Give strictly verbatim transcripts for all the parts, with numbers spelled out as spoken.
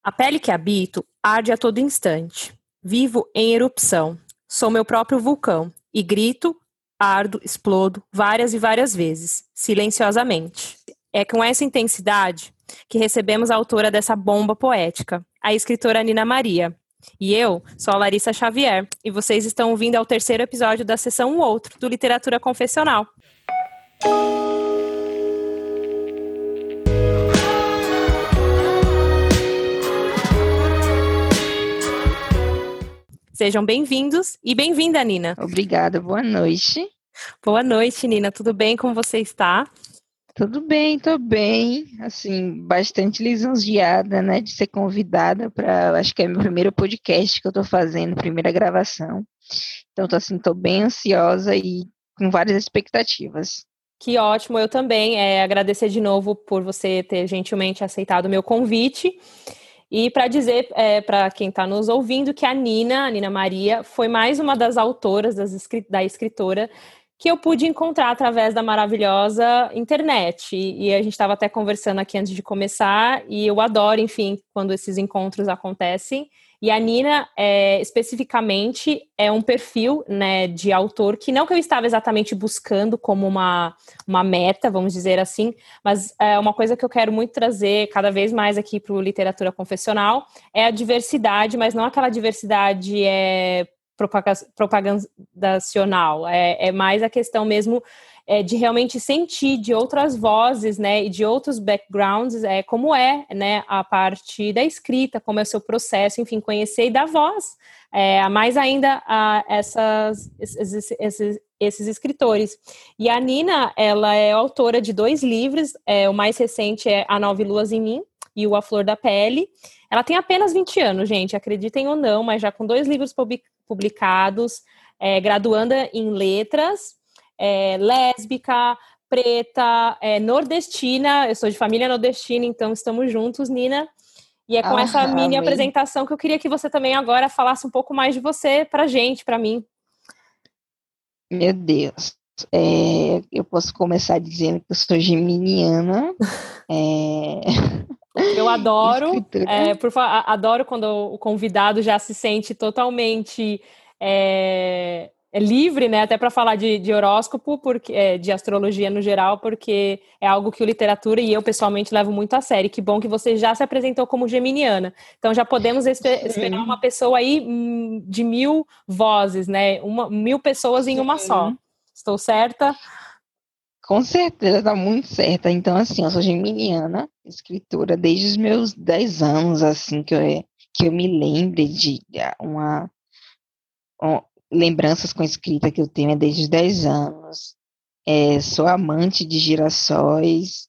A pele que habito arde a todo instante. Vivo em erupção. Sou meu próprio vulcão. E grito, ardo, explodo várias e várias vezes, silenciosamente. É com essa intensidade que recebemos a autora dessa bomba poética, a escritora Nina Maria. E eu sou a Larissa Xavier, e vocês estão ouvindo ao terceiro episódio da sessão Um Outro, do Literatura Confessional. Sejam bem-vindos e bem-vinda, Nina. Obrigada, boa noite. Boa noite, Nina. Tudo bem? Como você está? Tudo bem, tô bem. Assim, bastante lisonjeada, né, de ser convidada para, acho que é meu primeiro podcast que eu tô fazendo, primeira gravação. Então, tô assim, tô bem ansiosa e com várias expectativas. Que ótimo, eu também. É, agradecer de novo por você ter gentilmente aceitado o meu convite. E para dizer é, para quem está nos ouvindo que a Nina, a Nina Maria, foi mais uma das autoras das, da escritora que eu pude encontrar através da maravilhosa internet. E, e a gente estava até conversando aqui antes de começar, e eu adoro, enfim, quando esses encontros acontecem. E a Nina, é, especificamente, é um perfil, né, de autor que não que eu estava exatamente buscando como uma, uma meta, vamos dizer assim, mas é uma coisa que eu quero muito trazer cada vez mais aqui para o Literatura Confessional, é a diversidade, mas não aquela diversidade é, propagacional, é, é mais a questão mesmo é, de realmente sentir de outras vozes, né, e de outros backgrounds, é, como é, né, a parte da escrita, como é o seu processo, enfim, conhecer e dar voz, é, mais ainda a essas, esses, esses, esses escritores. E a Nina, ela é autora de dois livros, é, o mais recente é A Nove Luas em Mim e o A Flor da Pele. Ela tem apenas vinte anos, gente, acreditem ou não, mas já com dois livros publicados, é, graduanda em letras, é, lésbica, preta, é, nordestina, eu sou de família nordestina, então estamos juntos, Nina, e é com Ah, essa mini amei. apresentação que eu queria que você também agora falasse um pouco mais de você pra gente, pra mim. Meu Deus, é, eu posso começar dizendo que eu sou geminiana, é... Eu adoro, é, escritora. por, adoro quando o convidado já se sente totalmente é, é livre, né? Até para falar de, de horóscopo, porque, é, de astrologia no geral, porque é algo que o literatura e eu pessoalmente levo muito a sério. Que bom que você já se apresentou como geminiana. Então já podemos esper, esperar uma pessoa aí de mil vozes, né? Uma, mil pessoas em uma só. Estou certa? Com certeza, tá muito certa. Então, assim, eu sou geminiana, escritora desde os meus dez anos, assim, que eu, que eu me lembre de uma, uma lembranças com escrita que eu tenho é desde os dez anos. É, sou amante de girassóis.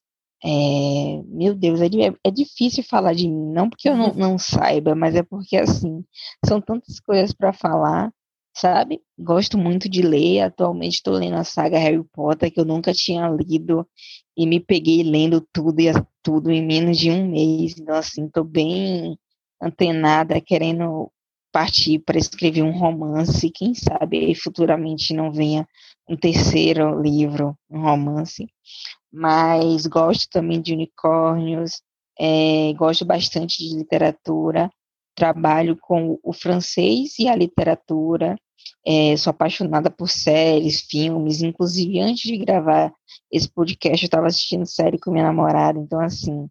É, meu Deus, é, é difícil falar de mim, não porque eu não, não saiba, mas é porque, assim, são tantas coisas para falar, sabe? Gosto muito de ler, atualmente estou lendo a saga Harry Potter, que eu nunca tinha lido, e me peguei lendo tudo e tudo em menos de um mês, então, assim, estou bem antenada, querendo partir para escrever um romance, quem sabe aí futuramente não venha um terceiro livro, um romance, mas gosto também de unicórnios, é, gosto bastante de literatura, trabalho com o francês e a literatura, é, sou apaixonada por séries, filmes, inclusive antes de gravar esse podcast eu estava assistindo série com minha namorada, então assim,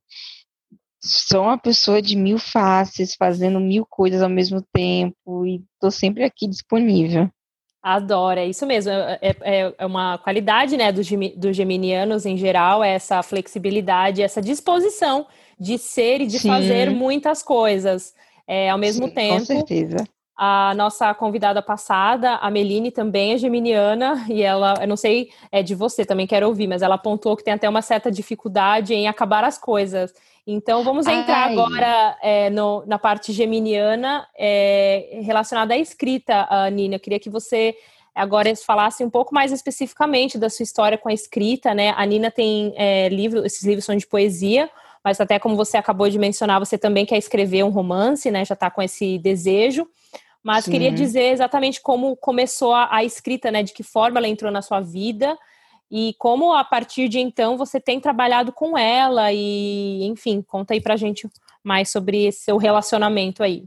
sou uma pessoa de mil faces, fazendo mil coisas ao mesmo tempo e estou sempre aqui disponível. Adoro, é isso mesmo, é, é, é uma qualidade, né, dos, dos geminianos em geral, é essa flexibilidade, essa disposição de ser e de Sim. fazer muitas coisas é, ao mesmo Sim, tempo. Com certeza. A nossa convidada passada, a Meline, também é geminiana, e ela, eu não sei, é de você, também quero ouvir, mas ela apontou que tem até uma certa dificuldade em acabar as coisas. Então, vamos entrar Ai. agora é, no, na parte geminiana é, relacionada à escrita, Nina. Eu queria que você agora falasse um pouco mais especificamente da sua história com a escrita, né? A Nina tem é, livro, esses livros são de poesia, mas até como você acabou de mencionar, você também quer escrever um romance, né? Já está com esse desejo. Mas Sim. queria dizer exatamente como começou a, a escrita, né? De que forma ela entrou na sua vida e como, a partir de então, você tem trabalhado com ela e, enfim, conta aí pra gente mais sobre esse seu relacionamento aí.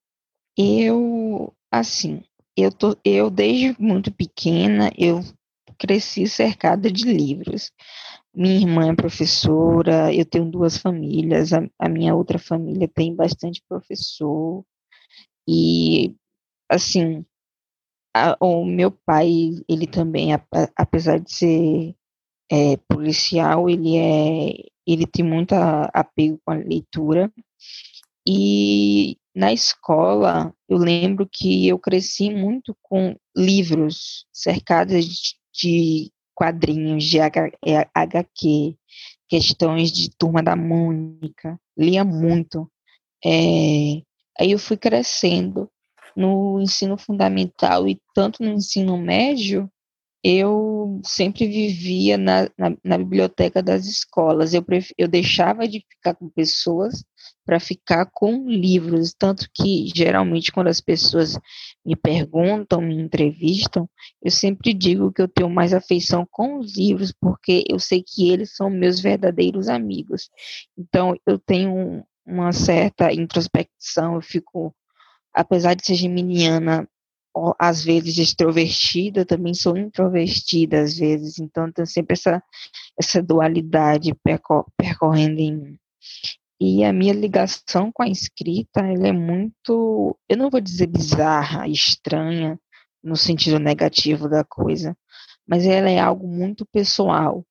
Eu, assim, eu, tô, eu desde muito pequena, eu cresci cercada de livros. Minha irmã é professora, eu tenho duas famílias, a, a minha outra família tem bastante professor, e, assim, a- o meu pai, ele também, a- a- apesar de ser é, policial, ele é, ele tem muito a- apego com a leitura. E na escola, eu lembro que eu cresci muito com livros cercados de, de quadrinhos de H, é, H Q, questões de Turma da Mônica, lia muito. É, aí eu fui crescendo no ensino fundamental e tanto no ensino médio, eu sempre vivia na, na, na biblioteca das escolas. Eu, pref, eu deixava de ficar com pessoas para ficar com livros. Tanto que, geralmente, quando as pessoas me perguntam, me entrevistam, eu sempre digo que eu tenho mais afeição com os livros, porque eu sei que eles são meus verdadeiros amigos. Então, eu tenho uma certa introspecção, eu fico, apesar de ser geminiana, às vezes extrovertida, também sou introvertida às vezes, então tem sempre essa, essa dualidade percor percorrendo em mim. E a minha ligação com a escrita, ela é muito, eu não vou dizer bizarra, estranha, no sentido negativo da coisa, mas ela é algo muito pessoal.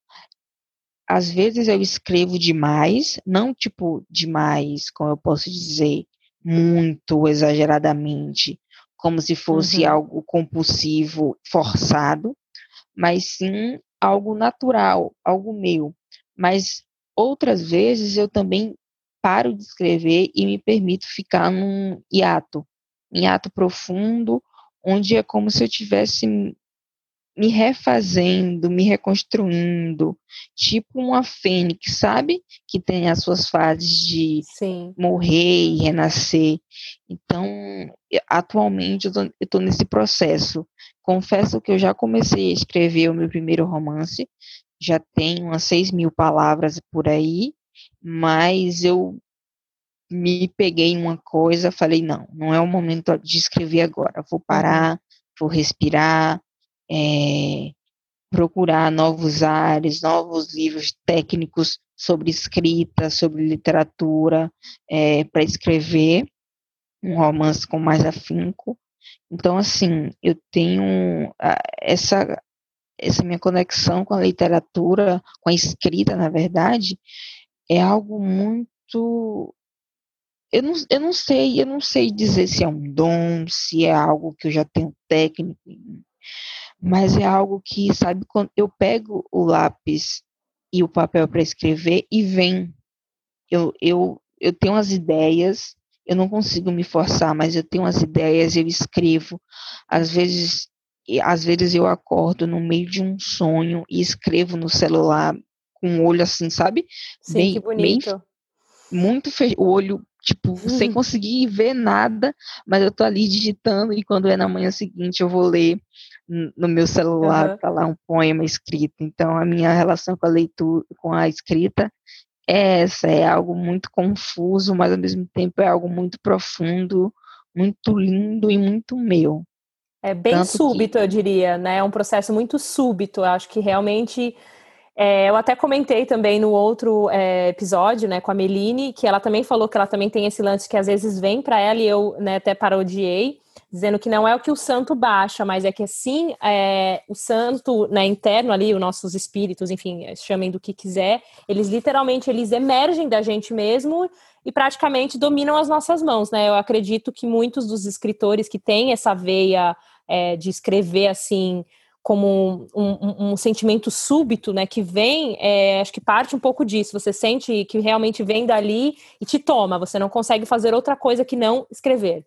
Às vezes eu escrevo demais, não tipo demais, como eu posso dizer, muito exageradamente, como se fosse Uhum. algo compulsivo, forçado, mas sim algo natural, algo meu. Mas outras vezes eu também paro de escrever e me permito ficar num hiato, um hiato profundo, onde é como se eu tivesse me refazendo, me reconstruindo, tipo uma fênix, sabe? Que tem as suas fases de Sim. morrer e renascer. Então, atualmente eu estou nesse processo. Confesso que eu já comecei a escrever o meu primeiro romance, já tenho umas seis mil palavras por aí, mas eu me peguei em uma coisa, falei, não, não é o momento de escrever agora, vou Uhum. parar, vou respirar, é, procurar novos ares, novos livros técnicos sobre escrita, sobre literatura, é, para escrever um romance com mais afinco. Então, assim, eu tenho ah, essa, essa minha conexão com a literatura, com a escrita, na verdade, é algo muito. Eu não, eu não sei, eu não sei dizer se é um dom, se é algo que eu já tenho técnico, mas é algo que, sabe, quando eu pego o lápis e o papel para escrever e vem, eu, eu, eu tenho as ideias, eu não consigo me forçar, mas eu tenho as ideias, eu escrevo, às vezes, às vezes eu acordo no meio de um sonho e escrevo no celular com o olho assim, sabe, Sim, que bem, bem bonito. muito fe... o olho, tipo, sem conseguir ver nada, mas eu tô ali digitando e quando é na manhã seguinte eu vou ler no meu celular, Uhum. tá lá um poema escrito. Então a minha relação com a leitura, com a escrita é essa, é algo muito confuso, mas ao mesmo tempo é algo muito profundo, muito lindo e muito meu. É bem Tanto que súbito, eu diria, né? É um processo muito súbito. Eu acho que realmente. É, eu até comentei também no outro é, episódio, né, com a Meline, que ela também falou que ela também tem esse lance que às vezes vem para ela e eu, né, até parodiei, dizendo que não é o que o santo baixa, mas é que assim, é, o santo, né, interno ali, os nossos espíritos, enfim, chamem do que quiser, eles literalmente eles emergem da gente mesmo e praticamente dominam as nossas mãos, né? Eu acredito que muitos dos escritores que têm essa veia é, de escrever assim como um, um, um sentimento súbito, né, que vem, é, acho que parte um pouco disso, você sente que realmente vem dali e te toma, você não consegue fazer outra coisa que não escrever.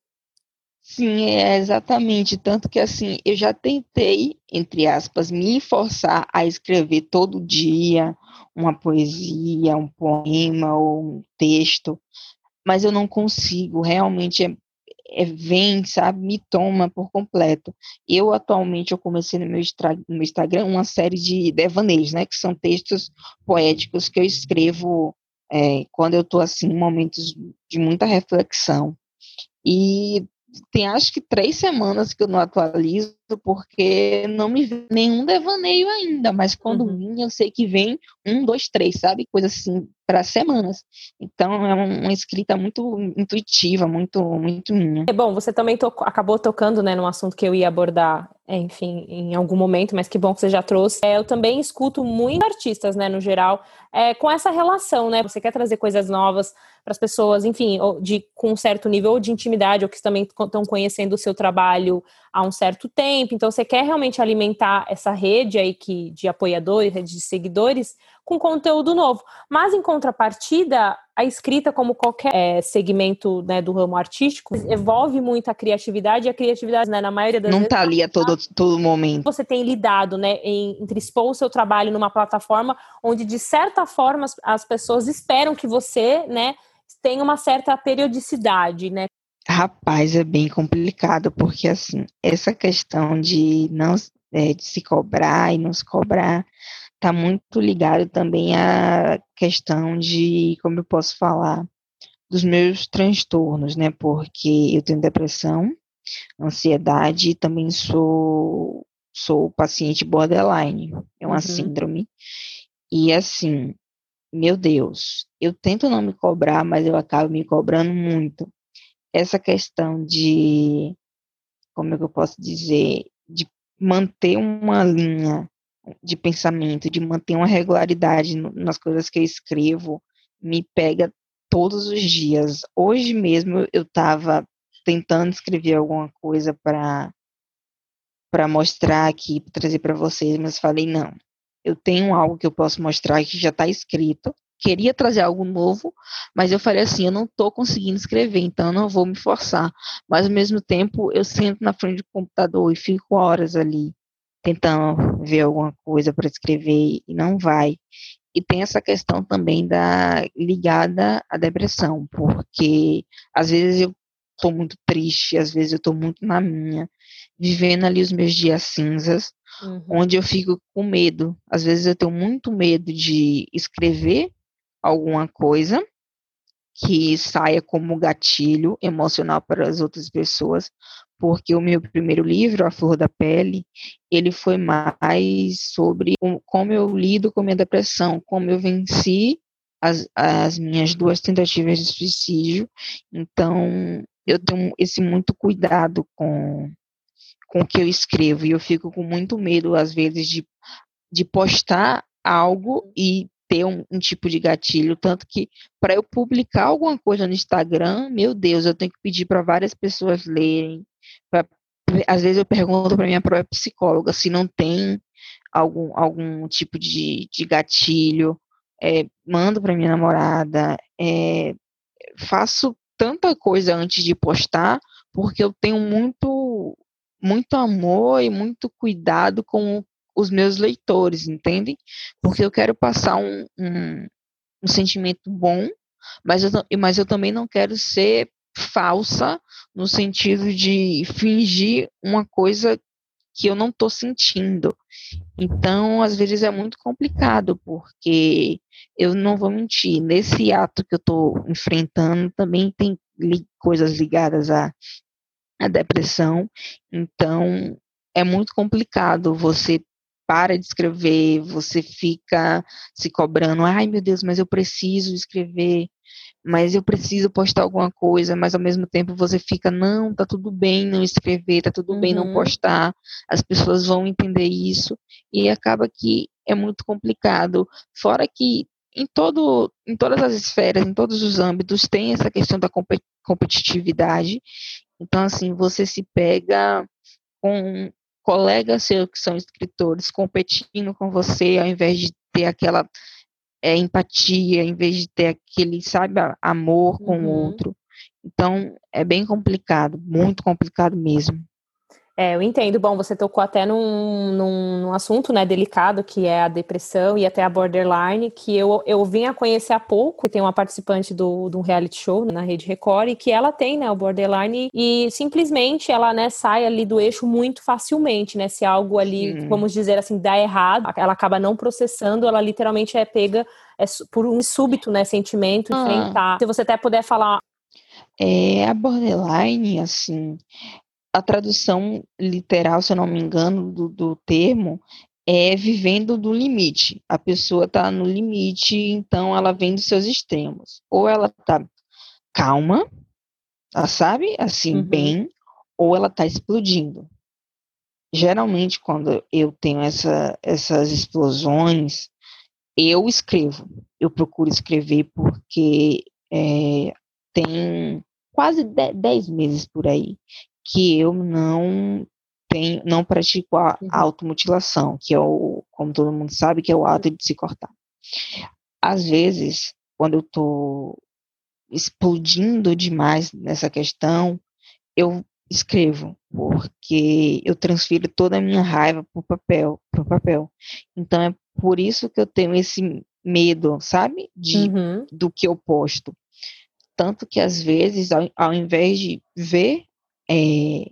sim, é exatamente. Tanto que, assim, eu já tentei, entre aspas, me forçar a escrever todo dia uma poesia, um poema ou um texto, mas eu não consigo. Realmente é, é, vem, sabe, me toma por completo. Eu, atualmente, eu comecei no meu, no meu Instagram uma série de devaneios, né, que são textos poéticos que eu escrevo é, quando eu estou assim, em momentos de muita reflexão. E tem acho que três semanas que eu não atualizo, porque não me vem nenhum devaneio ainda, mas quando Uhum. vem, eu sei que vem um, dois, três, sabe? Coisa assim, para semanas. Então, é uma escrita muito intuitiva, muito, muito minha. É bom, você também to- acabou tocando, né, num assunto que eu ia abordar, é, enfim, em algum momento, mas que bom que você já trouxe. É, eu também escuto muitos artistas, né, no geral, é, com essa relação, né? Você quer trazer coisas novas para as pessoas, enfim, ou de, com um certo nível ou de intimidade, ou que também estão conhecendo o seu trabalho há um certo tempo. Então, você quer realmente alimentar essa rede aí que, de apoiadores, rede de seguidores, com conteúdo novo. Mas, em contrapartida, a escrita, como qualquer é, segmento, né, do ramo artístico, envolve muito a criatividade, e a criatividade, né, na maioria das Não vezes, tá ali a todo, todo momento. você tem lidado, né, em, entre expor o seu trabalho numa plataforma onde, de certa forma, as, as pessoas esperam que você, né, tenha uma certa periodicidade, né? Rapaz, é bem complicado, porque assim, essa questão de não é, de se cobrar e não se cobrar está muito ligado também à questão de, como eu posso falar, dos meus transtornos, né? Porque eu tenho depressão, ansiedade e também sou, sou paciente borderline, é uma Uhum. síndrome. E assim, meu Deus, eu tento não me cobrar, mas eu acabo me cobrando muito. Essa questão de, como é que eu posso dizer, de manter uma linha de pensamento, de manter uma regularidade no, nas coisas que eu escrevo, me pega todos os dias. Hoje mesmo eu estava tentando escrever alguma coisa para para mostrar aqui, para trazer para vocês, mas falei, não, eu tenho algo que eu posso mostrar que já está escrito, queria trazer algo novo, mas eu falei assim, eu não estou conseguindo escrever, então eu não vou me forçar, mas ao mesmo tempo eu sento na frente do computador e fico horas ali, tentando ver alguma coisa para escrever e não vai. E tem essa questão também da ligada à depressão, porque às vezes eu estou muito triste, às vezes eu estou muito na minha, vivendo ali os meus dias cinzas, Uhum. onde eu fico com medo. Às vezes eu tenho muito medo de escrever alguma coisa que saia como gatilho emocional para as outras pessoas, porque o meu primeiro livro, A Flor da Pele, ele foi mais sobre como eu lido com a minha depressão, como eu venci as, as minhas duas tentativas de suicídio. Então, eu tenho esse muito cuidado com, com o que eu escrevo, e eu fico com muito medo, às vezes, de, de postar algo e ter um, um tipo de gatilho, tanto que para eu publicar alguma coisa no Instagram, meu Deus, eu tenho que pedir para várias pessoas lerem. Pra, às vezes eu pergunto para minha própria psicóloga se não tem algum, algum tipo de, de gatilho, é, mando para minha namorada, é, faço tanta coisa antes de postar, porque eu tenho muito, muito amor e muito cuidado com os meus leitores, entende? Porque eu quero passar um, um, um sentimento bom, mas eu, mas eu também não quero ser falsa no sentido de fingir uma coisa que eu não estou sentindo. Então, às vezes é muito complicado, porque eu não vou mentir, nesse ato que eu estou enfrentando também tem li coisas ligadas à, à depressão, então é muito complicado. Você para de escrever, você fica se cobrando, ai meu Deus, mas eu preciso escrever, mas eu preciso postar alguma coisa, mas ao mesmo tempo você fica, não, tá tudo bem não escrever, tá tudo bem não Uhum. postar, as pessoas vão entender isso, e acaba que é muito complicado, fora que em, todo, em todas as esferas, em todos os âmbitos, tem essa questão da competitividade, então assim, você se pega com colegas seus que são escritores competindo com você, ao invés de ter aquela é, empatia, em vez de ter aquele, sabe, amor com o Uhum. outro. Então, é bem complicado, muito complicado mesmo. É, eu entendo. Bom, você tocou até num, num, num assunto, né, delicado, que é a depressão e até a borderline, que eu, eu vim a conhecer há pouco. Tem uma participante do, de um reality show na Rede Record, e que ela tem, né, o borderline, e simplesmente ela, né, sai ali do eixo muito facilmente, né, se algo ali, Sim. vamos dizer assim, dá errado, ela acaba não processando, ela literalmente é pega é, por um súbito, né, sentimento, Ah, enfrentar. Se você até puder falar... é, a borderline, assim, a tradução literal, se eu não me engano, do, do termo é vivendo do limite. A pessoa está no limite, então ela vem dos seus extremos. Ou ela está calma, ela sabe, assim, Uhum, bem, ou ela está explodindo. Geralmente, quando eu tenho essa, essas explosões, eu escrevo. Eu procuro escrever porque é, tem quase de- dez meses por aí que eu não tenho, não pratico a uhum, automutilação, que é o, como todo mundo sabe, que é o ato de se cortar. Às vezes, quando eu estou explodindo demais nessa questão, eu escrevo, porque eu transfiro toda a minha raiva para o papel, pro papel. Então é por isso que eu tenho esse medo, sabe, de uhum. do que eu posto. Tanto que às vezes, ao, ao invés de ver é,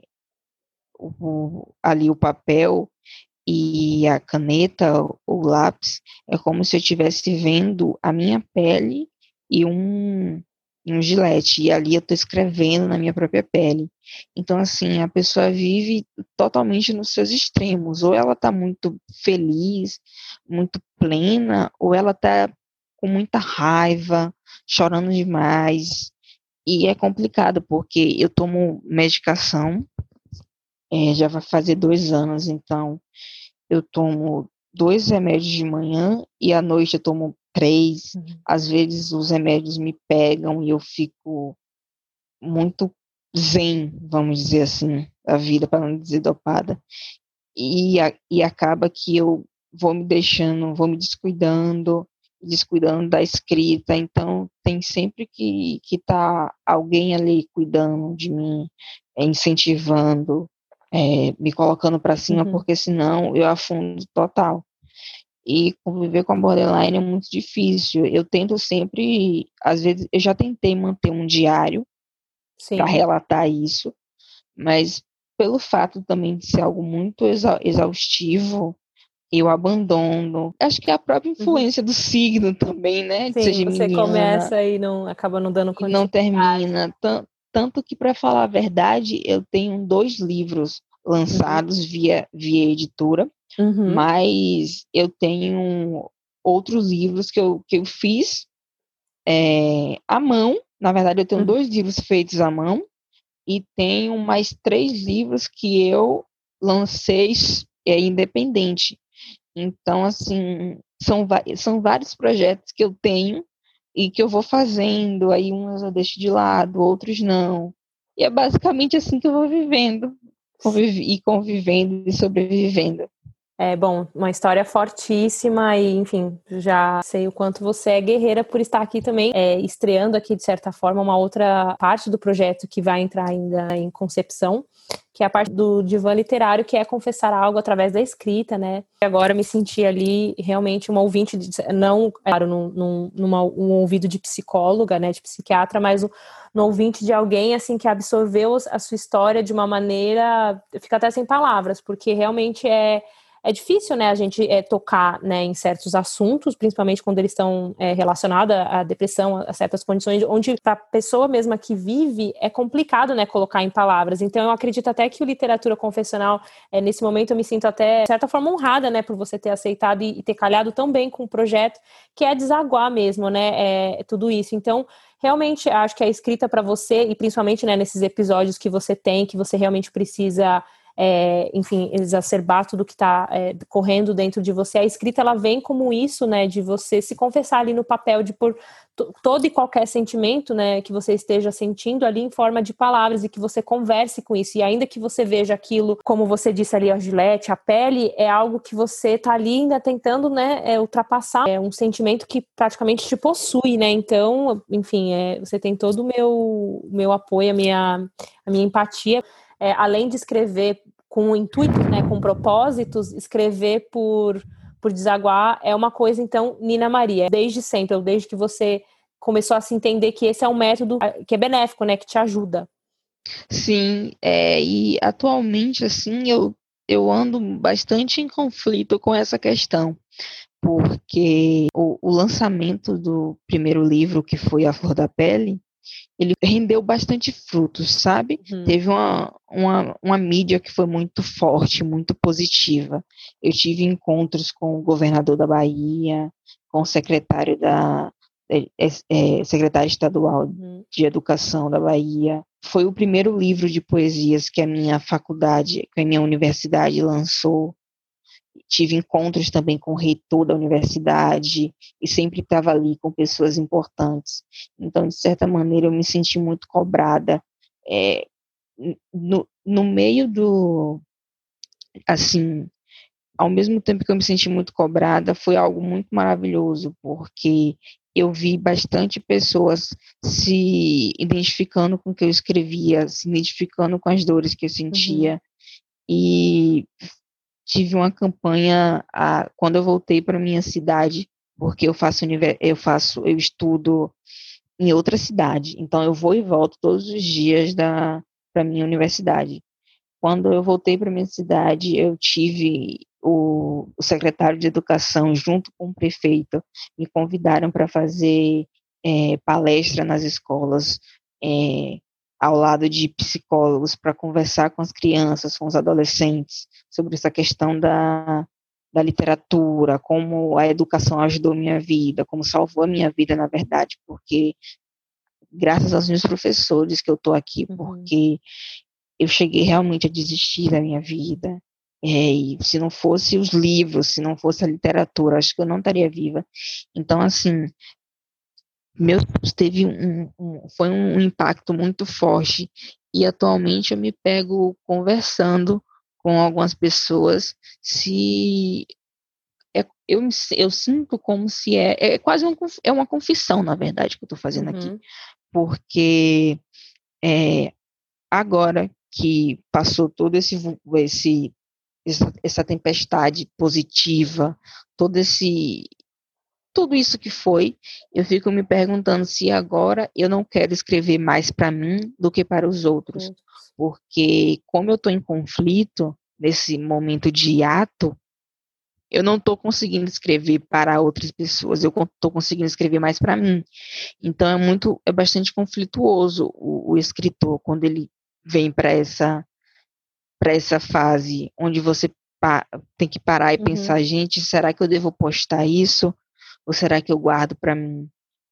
o, ali o papel e a caneta, o lápis, é como se eu estivesse vendo a minha pele e um, um gilete, e ali eu estou escrevendo na minha própria pele. Então, assim, a pessoa vive totalmente nos seus extremos, ou ela está muito feliz, muito plena, ou ela está com muita raiva, chorando demais, e é complicado, porque eu tomo medicação, é, já vai fazer dois anos, então eu tomo dois remédios de manhã e à noite eu tomo três. Uhum. Às vezes os remédios me pegam e eu fico muito zen, vamos dizer assim, a vida, para não dizer dopada. E, a, e acaba que eu vou me deixando, vou me descuidando, descuidando da escrita. Então tem sempre que que tá alguém ali cuidando de mim, é, incentivando, é, me colocando para cima, Uhum. porque senão eu afundo total. E conviver com a borderline é muito difícil. Eu tento sempre, às vezes, eu já tentei manter um diário para Sim. relatar isso, mas pelo fato também de ser algo muito exa exaustivo, eu abandono. Acho que é a própria Uhum. influência do signo também, né, de ser Sim, você geminiana, começa e não acaba não dando e não continuidade. termina. Tan- Tanto que, para falar a verdade, eu tenho dois livros Uhum. lançados via, via editora, Uhum. mas eu tenho outros livros que eu, que eu fiz é, à mão. Na verdade, eu tenho Uhum. dois livros feitos à mão e tenho mais três livros que eu lancei é, independente. Então, assim, são, são vários projetos que eu tenho e que eu vou fazendo, aí uns eu deixo de lado, outros não. E é basicamente assim que eu vou vivendo, conviv e convivendo e sobrevivendo. É, bom, uma história fortíssima e, enfim, já sei o quanto você é guerreira por estar aqui também, é, estreando aqui, de certa forma, uma outra parte do projeto que vai entrar ainda em concepção, que é a parte do divã literário, que é confessar algo através da escrita, né? Agora me senti ali realmente uma ouvinte, de, não, claro, num, num, numa, um ouvido de psicóloga, né, de psiquiatra, mas um, um ouvinte de alguém, assim, que absorveu a sua história de uma maneira, eu fico até sem palavras, porque realmente é É difícil, né, a gente é, tocar, né, em certos assuntos, principalmente quando eles estão é, relacionados à depressão, a certas condições, onde para a pessoa mesma que vive é complicado, né, colocar em palavras. Então eu acredito até que o Literatura Confessional, é, nesse momento eu me sinto até, de certa forma, honrada, né, por você ter aceitado e, e ter calhado tão bem com o projeto, que é desaguar mesmo, né, é, é tudo isso. Então, realmente, acho que a escrita para você, e principalmente, né, nesses episódios que você tem, que você realmente precisa... É, enfim, exacerbar tudo que está é, correndo dentro de você. A escrita, ela vem como isso, né, de você se confessar ali no papel, de pôr todo e qualquer sentimento, né, que você esteja sentindo ali em forma de palavras e que você converse com isso. E ainda que você veja aquilo, como você disse ali, a gilete, a pele, é algo que você está ali ainda tentando, né, é, ultrapassar. É um sentimento que praticamente te possui, né, então, enfim, é, você tem todo o meu, meu apoio, a minha, a minha empatia. É, além de escrever com intuitos, né, com propósitos, escrever por, por desaguar é uma coisa, então, Nina Maria, desde sempre, ou desde que você começou a se entender que esse é um método que é benéfico, né, que te ajuda. Sim, é, e atualmente, assim, eu, eu ando bastante em conflito com essa questão, porque o, o lançamento do primeiro livro, que foi A Flor da Pele, ele rendeu bastante frutos, sabe? Uhum. Teve uma, uma, uma mídia que foi muito forte, muito positiva. Eu tive encontros com o governador da Bahia, com o secretário da é, é, secretário estadual Uhum. de Educação da Bahia. Foi o primeiro livro de poesias que a minha faculdade, que a minha universidade lançou. Tive encontros também com o reitor da universidade e sempre estava ali com pessoas importantes. Então, de certa maneira, eu me senti muito cobrada. É, no, no meio do, assim, ao mesmo tempo que eu me senti muito cobrada, foi algo muito maravilhoso, porque eu vi bastante pessoas se identificando com o que eu escrevia, se identificando com as dores que eu sentia, Uhum. e tive uma campanha a, quando eu voltei para minha cidade, porque eu faço eu faço eu estudo em outra cidade, então eu vou e volto todos os dias da para minha universidade. Quando eu voltei para minha cidade, eu tive o, o secretário de Educação junto com o prefeito me convidaram para fazer é, palestra nas escolas, é, ao lado de psicólogos, para conversar com as crianças, com os adolescentes, sobre essa questão da, da literatura, como a educação ajudou minha vida, como salvou a minha vida, na verdade, porque graças aos meus professores que eu estou aqui, Uhum. porque eu cheguei realmente a desistir da minha vida. É, e se não fosse os livros, se não fosse a literatura, acho que eu não estaria viva. Então, assim, meu Deus, teve um, um, foi um impacto muito forte. E atualmente eu me pego conversando com algumas pessoas, se é, eu, me- eu sinto como se é, é quase uma, conf- é uma confissão, na verdade, que eu estou fazendo aqui, Uhum. porque é, agora que passou todo esse, esse essa, essa tempestade positiva, todo esse tudo isso que foi, eu fico me perguntando se agora eu não quero escrever mais para mim do que para os outros, porque como eu estou em conflito nesse momento de hiato, eu não estou conseguindo escrever para outras pessoas, eu estou conseguindo escrever mais para mim. Então é muito, é bastante conflituoso o, o escritor quando ele vem para essa para essa fase onde você pa- tem que parar e Uhum. pensar, gente, será que eu devo postar isso ou será que eu guardo para mim?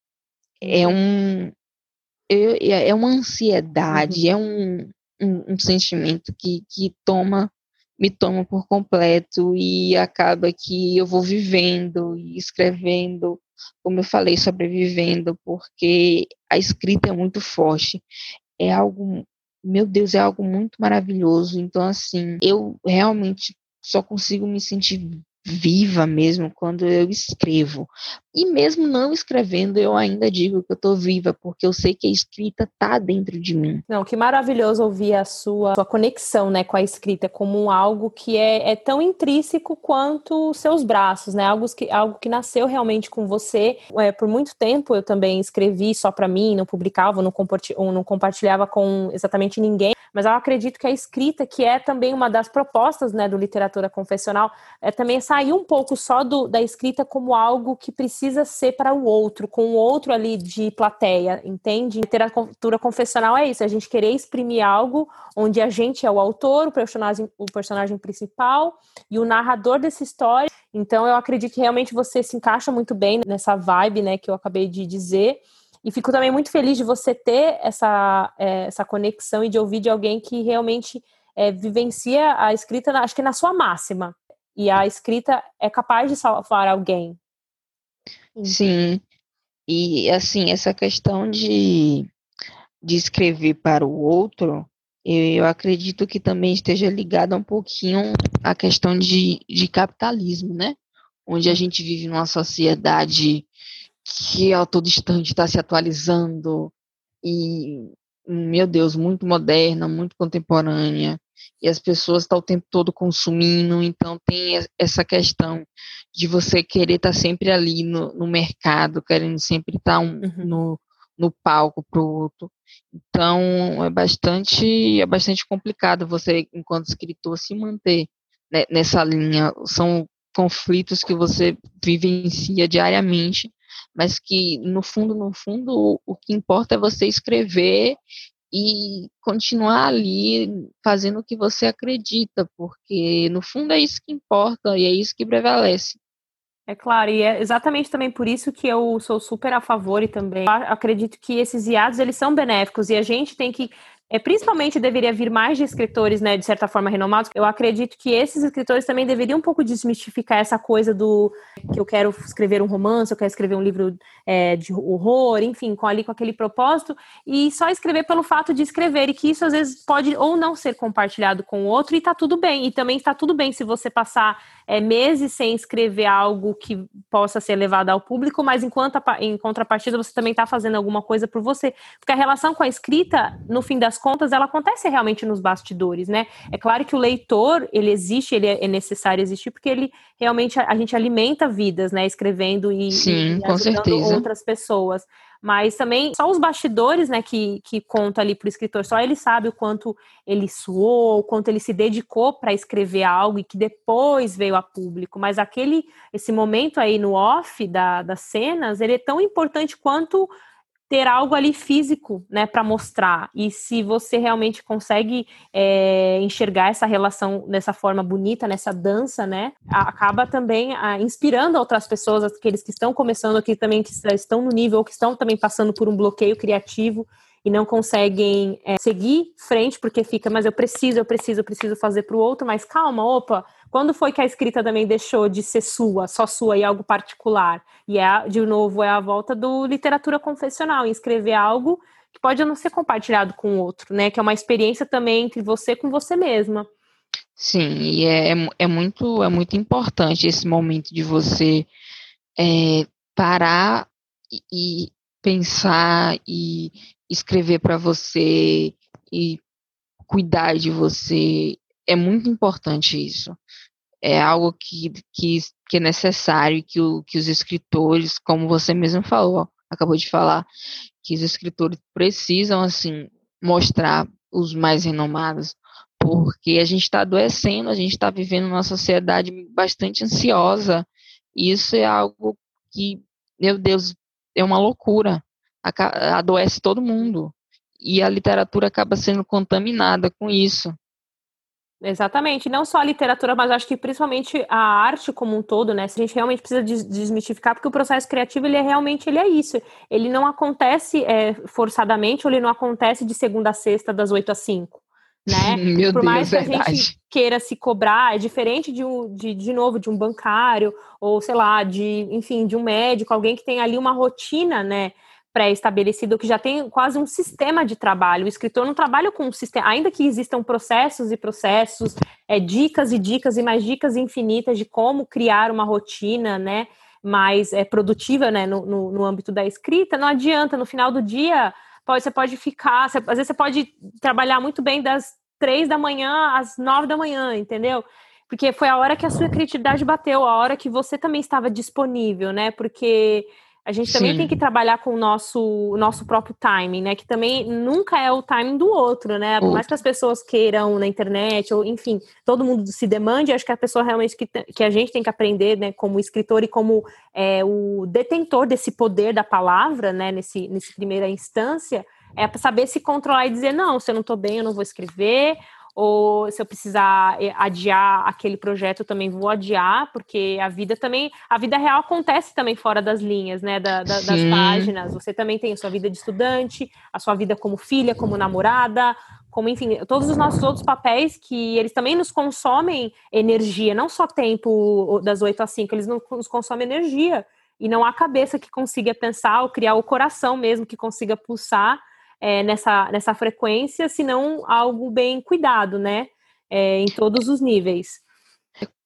É Entendi. um eu- é é uma ansiedade, Uhum. é um, um, um sentimento que, que toma me toma por completo e acaba que eu vou vivendo e escrevendo, como eu falei, sobrevivendo, porque a escrita é muito forte. É algo, meu Deus, é algo muito maravilhoso. Então, assim, eu realmente só consigo me sentir viva mesmo quando eu escrevo. E mesmo não escrevendo, eu ainda digo que eu estou viva, porque eu sei que a escrita está dentro de mim. Não, que maravilhoso ouvir a sua, sua conexão, né, com a escrita como um algo que é, é tão intrínseco quanto os seus braços, né, algo que, algo que nasceu realmente com você. É, por muito tempo eu também escrevi só para mim, não publicava, não, não compartilhava com exatamente ninguém, mas eu acredito que a escrita, que é também uma das propostas, né, do Literatura Confessional, é também sair um pouco só do, da escrita como algo que precisa ser para o outro, com o outro ali de plateia, entende? Literatura confessional é isso, a gente querer exprimir algo onde a gente é o autor, o personagem, o personagem principal e o narrador dessa história. Então eu acredito que realmente você se encaixa muito bem nessa vibe, né, que eu acabei de dizer. E fico também muito feliz de você ter essa, é, essa conexão e de ouvir de alguém que realmente é, vivencia a escrita, acho que na sua máxima. E a escrita é capaz de salvar alguém. Sim, e assim, essa questão de, de escrever para o outro, eu acredito que também esteja ligada um pouquinho à questão de, de capitalismo, né? Onde a gente vive numa sociedade que a todo instante está se atualizando e, meu Deus, muito moderna, muito contemporânea. e as pessoas estão o tempo todo consumindo, então tem essa questão de você querer estar sempre ali no, no mercado, querendo sempre estar um, Uhum. no, no palco para o outro. Então, é bastante, é bastante complicado você, enquanto escritor, se manter, né, nessa linha. São conflitos que você vivencia diariamente, mas que, no fundo, no fundo, o, o que importa é você escrever e continuar ali fazendo o que você acredita, porque, no fundo, é isso que importa e é isso que prevalece. É claro, e é exatamente também por isso que eu sou super a favor e também acredito que esses hiatos, eles são benéficos e a gente tem que, é, principalmente deveria vir mais de escritores, né, de certa forma renomados. Eu acredito que esses escritores também deveriam um pouco desmistificar essa coisa do que eu quero escrever um romance, eu quero escrever um livro é, de horror, enfim, com ali com aquele propósito, e só escrever pelo fato de escrever, e que isso às vezes pode ou não ser compartilhado com o outro, e tá tudo bem, e também tá tudo bem se você passar é, meses sem escrever algo que possa ser levado ao público, mas enquanto a, em contrapartida você também está fazendo alguma coisa por você, porque a relação com a escrita, no fim das contas, ela acontece realmente nos bastidores, né? É claro que o leitor, ele existe, ele é necessário existir, porque ele realmente, a, a gente alimenta vidas, né, escrevendo e, Sim, e, e com ajudando certeza. outras pessoas, mas também só os bastidores, né, que, que conta ali pro escritor, só ele sabe o quanto ele suou, o quanto ele se dedicou para escrever algo e que depois veio a público, mas aquele, esse momento aí no off da, das cenas, ele é tão importante quanto ter algo ali físico, né, para mostrar. E se você realmente consegue é, enxergar essa relação dessa forma bonita, nessa dança, né, acaba também a, inspirando outras pessoas, aqueles que estão começando aqui também, que estão no nível, ou que estão também passando por um bloqueio criativo e não conseguem é, seguir frente, porque fica, mas eu preciso, eu preciso, eu preciso fazer para o outro, mas calma, opa, quando foi que a escrita também deixou de ser sua, só sua e algo particular? E, é, de novo, é a volta do literatura confessional, em escrever algo que pode não ser compartilhado com o outro, né? Que é uma experiência também entre você com você mesma. Sim, e é, é, muito, é muito importante esse momento de você é, parar e, e pensar e escrever para você e cuidar de você. É muito importante isso. É algo que, que, que é necessário, que, o, que os escritores, como você mesmo falou, acabou de falar, que os escritores precisam, assim, mostrar, os mais renomados, porque a gente está adoecendo, a gente está vivendo uma sociedade bastante ansiosa, e isso é algo que, meu Deus, é uma loucura, adoece todo mundo, e a literatura acaba sendo contaminada com isso. Exatamente, não só a literatura, mas acho que principalmente a arte como um todo, né? A gente realmente precisa desmistificar, porque o processo criativo, ele é realmente, ele é isso. Ele não acontece é, forçadamente, ou ele não acontece de segunda a sexta, das oito às cinco, né? Meu Por mais Deus, que a verdade. gente queira se cobrar, é diferente de, um, de, de novo, de um bancário, ou sei lá, de, enfim, de um médico, alguém que tem ali uma rotina, né, pré-estabelecido, que já tem quase um sistema de trabalho. O escritor não trabalha com um sistema, ainda que existam processos e processos, é, dicas e dicas e mais dicas infinitas de como criar uma rotina, né, mais é, produtiva, né, no, no, no âmbito da escrita, não adianta, no final do dia, pode, você pode ficar, você, às vezes você pode trabalhar muito bem das três da manhã às nove da manhã, entendeu? Porque foi a hora que a sua criatividade bateu, a hora que você também estava disponível, né, porque a gente também Sim. tem que trabalhar com o nosso, o nosso próprio timing, né? Que também nunca é o timing do outro, né? Por mais que as pessoas queiram na internet, ou enfim, todo mundo se demande, acho que a pessoa realmente que, que a gente tem que aprender, né? Como escritor e como é, o detentor desse poder da palavra, né? Nesse, nesse primeira instância, é saber se controlar e dizer, não, se eu não tô bem, eu não vou escrever, ou se eu precisar adiar aquele projeto, eu também vou adiar, porque a vida também, a vida real acontece também fora das linhas, né, da, da, das páginas. Você também tem a sua vida de estudante, a sua vida como filha, como namorada, como, enfim, todos os nossos outros papéis que eles também nos consomem energia, não só tempo das oito às cinco, eles nos consomem energia, e não há cabeça que consiga pensar ou criar o coração mesmo que consiga pulsar É, nessa, nessa frequência, se não algo bem cuidado, né? É, em todos os níveis.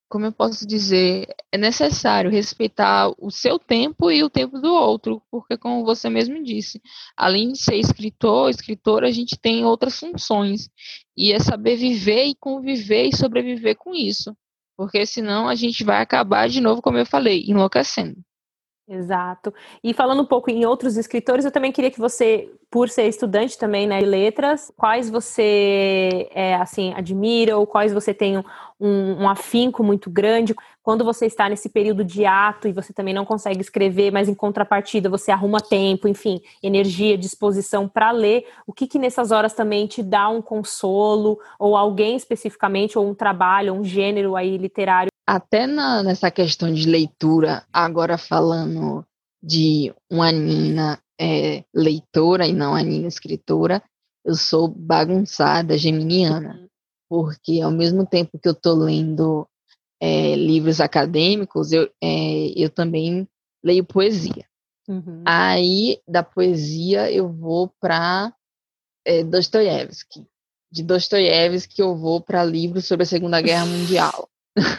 como eu posso dizer, é necessário respeitar o seu tempo e o tempo do outro, porque como você mesmo disse, além de ser escritor, escritora, a gente tem outras funções, e é saber viver e conviver e sobreviver com isso, porque senão a gente vai acabar de novo, como eu falei, enlouquecendo. Exato. E falando um pouco em outros escritores, eu também queria que você, por ser estudante também, né, de letras, quais você, é, assim, admira ou quais você tem um, um afinco muito grande? Quando você está nesse período de ato e você também não consegue escrever, mas em contrapartida você arruma tempo, enfim, energia, disposição para ler, o que que nessas horas também te dá um consolo, ou alguém especificamente, ou um trabalho, um gênero aí literário? Até na, nessa questão de leitura, agora falando de uma Nina é, leitora e não a Nina escritora, eu sou bagunçada, geminiana, porque ao mesmo tempo que eu estou lendo é, livros acadêmicos, eu, é, eu também leio poesia. Uhum. Aí, da poesia, eu vou para é, Dostoiévski. De Dostoiévski, eu vou para livros sobre a Segunda Guerra Mundial.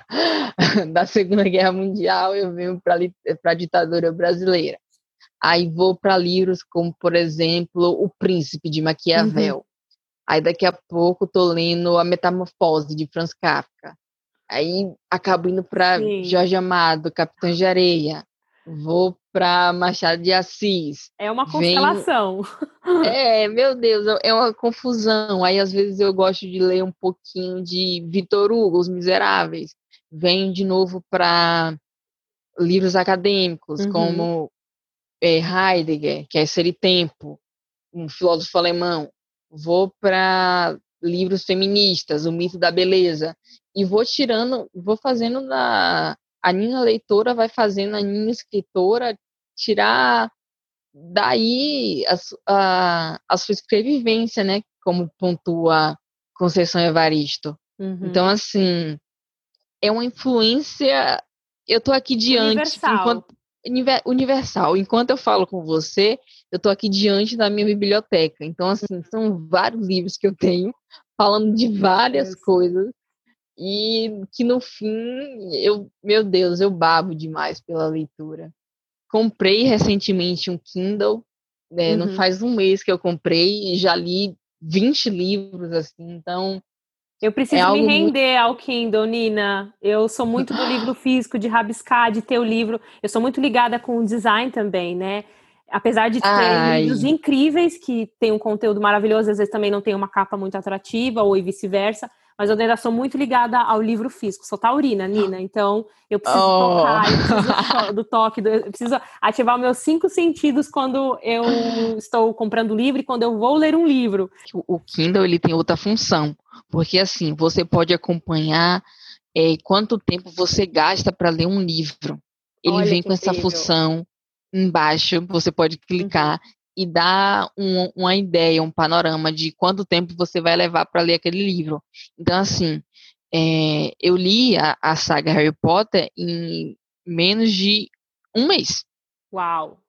Da Segunda Guerra Mundial, eu venho para a ditadura brasileira. Aí vou para livros como, por exemplo, O Príncipe, de Maquiavel. Uhum. Aí daqui a pouco estou lendo A Metamorfose, de Franz Kafka. Aí acabo indo para Jorge Amado, Capitães de Areia. Vou para Machado de Assis. É uma constelação. Venho... É, meu Deus, é uma confusão. Aí às vezes eu gosto de ler um pouquinho de Victor Hugo, Os Miseráveis. Venho de novo para livros acadêmicos, uhum. como é, Heidegger, que é Ser e Tempo, um filósofo alemão. Vou para livros feministas, O Mito da Beleza, e vou tirando, vou fazendo da... A Nina leitora vai fazendo a Nina escritora tirar daí a, a, a sua escrevivência, né? Como pontua Conceição Evaristo. Uhum. Então, assim, é uma influência... Eu tô aqui diante... Universal. Enquanto, universal. Enquanto eu falo com você, eu tô aqui diante da minha biblioteca. Então, assim, são vários livros que eu tenho, falando de várias Isso. coisas, e que no fim, eu, meu Deus, eu babo demais pela leitura. Comprei recentemente um Kindle, né, uhum. não faz um mês que eu comprei, e já li vinte livros, assim, então... Eu preciso é me render muito... ao Kindle, Nina. Eu sou muito do livro físico, de rabiscar, de ter o livro. Eu sou muito ligada com o design também, né? Apesar de ter Ai. livros incríveis, que tem um conteúdo maravilhoso, às vezes também não tem uma capa muito atrativa, ou vice-versa, mas eu ainda sou muito ligada ao livro físico. Sou taurina, Nina, então eu preciso oh. tocar, eu preciso do toque, eu preciso ativar os meus cinco sentidos quando eu estou comprando livro e quando eu vou ler um livro. O Kindle, ele tem outra função, porque assim, você pode acompanhar é, quanto tempo você gasta para ler um livro. Ele Olha vem com incrível. Essa função embaixo, você pode clicar uhum. e dar um, uma ideia, um panorama de quanto tempo você vai levar para ler aquele livro. Então, assim, é, eu li a, a saga Harry Potter em menos de um mês. Uau!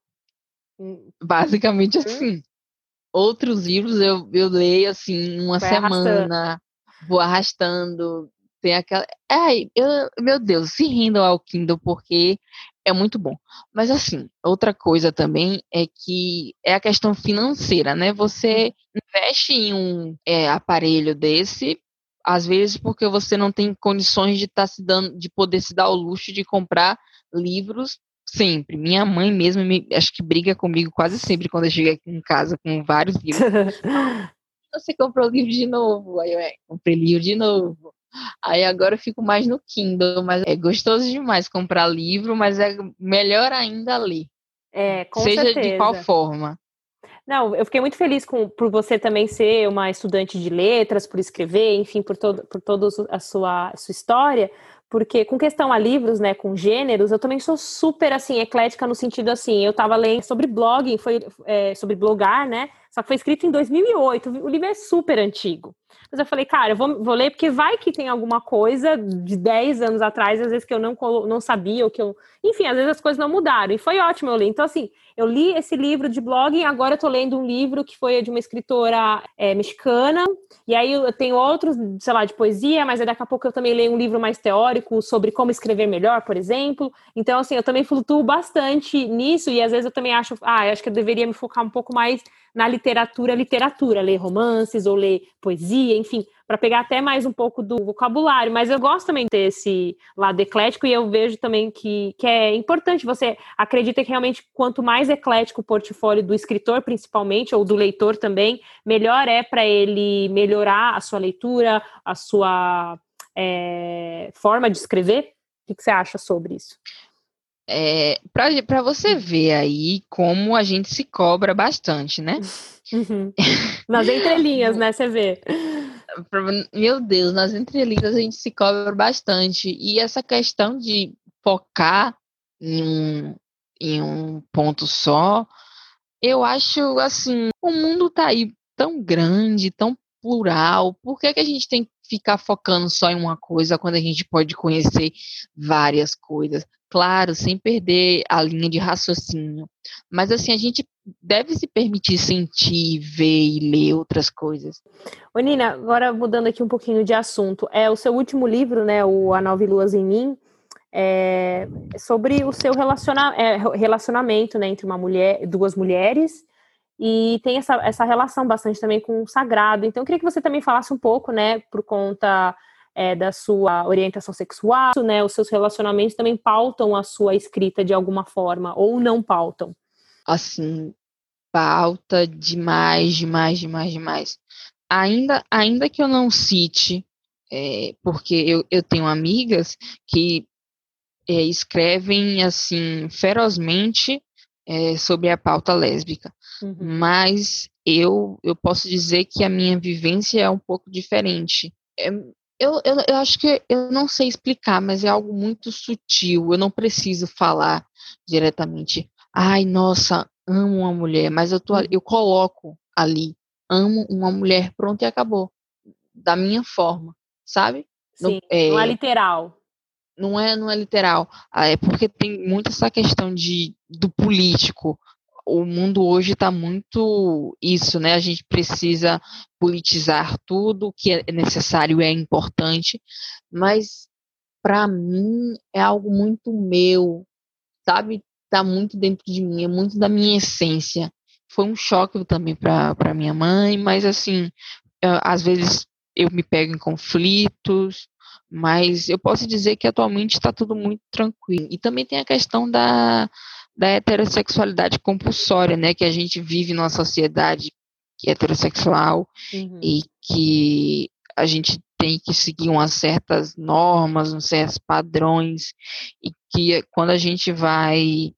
Basicamente uhum. assim. Outros livros eu, eu leio, assim, uma vai semana, arrastando. Vou arrastando, tem aquela... Ai, eu, meu Deus, se rindam ao Kindle, porque é muito bom. Mas, assim, outra coisa também é que é a questão financeira, né? Você investe em um é, aparelho desse, às vezes porque você não tem condições de, tá se dando, de poder se dar ao luxo de comprar livros sempre. Minha mãe mesmo, me, acho que briga comigo quase sempre quando eu chego aqui em casa com vários livros. Você comprou livro de novo? Aí eu é, comprei livro de novo. Aí agora eu fico mais no Kindle, mas é gostoso demais comprar livro, mas é melhor ainda ler. É, com Seja certeza. de qual forma. Não, eu fiquei muito feliz com, por você também ser uma estudante de letras, por escrever, enfim, por, todo, por toda a sua, a sua história, porque com questão a livros, né, com gêneros, eu também sou super, assim, eclética no sentido, assim, eu tava lendo sobre blogging, foi, é, sobre blogar, né, só que foi escrito em dois mil e oito, o livro é super antigo. mas eu falei, cara, eu vou, vou ler porque vai que tem alguma coisa de dez anos atrás, às vezes que eu não, não sabia, ou que eu... Enfim, às vezes as coisas não mudaram, e foi ótimo eu ler. Então, assim, eu li esse livro de blog e agora eu tô lendo um livro que foi de uma escritora é, mexicana, e aí eu tenho outros, sei lá, de poesia, mas aí daqui a pouco eu também leio um livro mais teórico sobre como escrever melhor, por exemplo. Então, assim, eu também flutuo bastante nisso, e às vezes eu também acho, ah, eu acho que eu deveria me focar um pouco mais na literatura, literatura, ler romances ou ler poesia, enfim, para pegar até mais um pouco do vocabulário, mas eu gosto também de ter esse lado eclético e eu vejo também que, que é importante, você acredita que realmente quanto mais eclético o portfólio do escritor, principalmente, ou do leitor também, melhor é para ele melhorar a sua leitura, a sua é, forma de escrever? O que você acha sobre isso? É, para você ver aí como a gente se cobra bastante, né? Uhum. Nas entrelinhas, né? Você vê. Meu Deus, nas entrelinhas a gente se cobra bastante. E essa questão de focar em um, em um ponto só, eu acho assim, o mundo tá aí tão grande, tão plural. Por que que a gente tem que ficar focando só em uma coisa quando a gente pode conhecer várias coisas? Claro, sem perder a linha de raciocínio. Mas assim, a gente deve se permitir sentir, ver e ler outras coisas. Ô, Nina, agora mudando aqui um pouquinho de assunto, é o seu último livro, né, o A Nove Luas em Mim, é sobre o seu relaciona é, relacionamento, né, entre uma mulher, duas mulheres, e tem essa, essa relação bastante também com o sagrado. Então, eu queria que você também falasse um pouco, né, por conta é, da sua orientação sexual, né, os seus relacionamentos também pautam a sua escrita de alguma forma, ou não pautam? Assim, pauta demais, demais, demais, demais. Ainda, ainda que eu não cite, é, porque eu, eu tenho amigas que é, escrevem assim ferozmente é, sobre a pauta lésbica, Uhum. mas eu, eu posso dizer que a minha vivência é um pouco diferente. É, eu, eu, eu acho que eu não sei explicar, mas é algo muito sutil. Eu não preciso falar diretamente. Ai, nossa, amo uma mulher, mas eu, tô, Uhum. eu coloco ali, amo uma mulher, pronto e acabou. Da minha forma, sabe? Não, Sim, não é é, literal. não é, não é literal. Ah, é porque tem muito essa questão de, do político. O mundo hoje está muito isso, né? A gente precisa politizar tudo, o que é necessário e é importante, mas para mim é algo muito meu, sabe? Está muito dentro de mim, é muito da minha essência. Foi um choque também para minha mãe, mas assim, às vezes eu me pego em conflitos, mas eu posso dizer que atualmente está tudo muito tranquilo. E também tem a questão da, da heterossexualidade compulsória, né? Que a gente vive numa sociedade que é heterossexual Uhum. e que a gente tem que seguir umas certas normas, uns certos padrões, e que quando a gente vai